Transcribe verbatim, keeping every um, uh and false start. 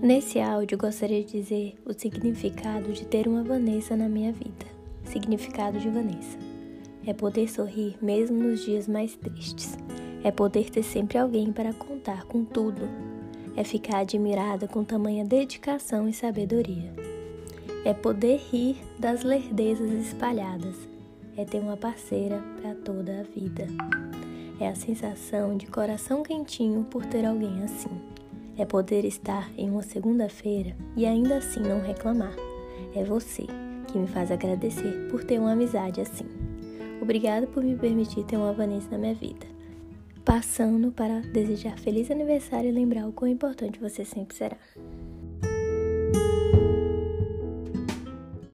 Nesse áudio, gostaria de dizer o significado de ter uma Vanessa na minha vida. Significado de Vanessa: é poder sorrir mesmo nos dias mais tristes. É poder ter sempre alguém para contar com tudo. É ficar admirada com tamanha dedicação e sabedoria. É poder rir das lerdezas espalhadas. É ter uma parceira para toda a vida. É a sensação de coração quentinho por ter alguém assim. É poder estar em uma segunda-feira e ainda assim não reclamar. É você que me faz agradecer por ter uma amizade assim. Obrigada por me permitir ter uma Vanessa na minha vida. Passando para desejar feliz aniversário e lembrar o quão importante você sempre será.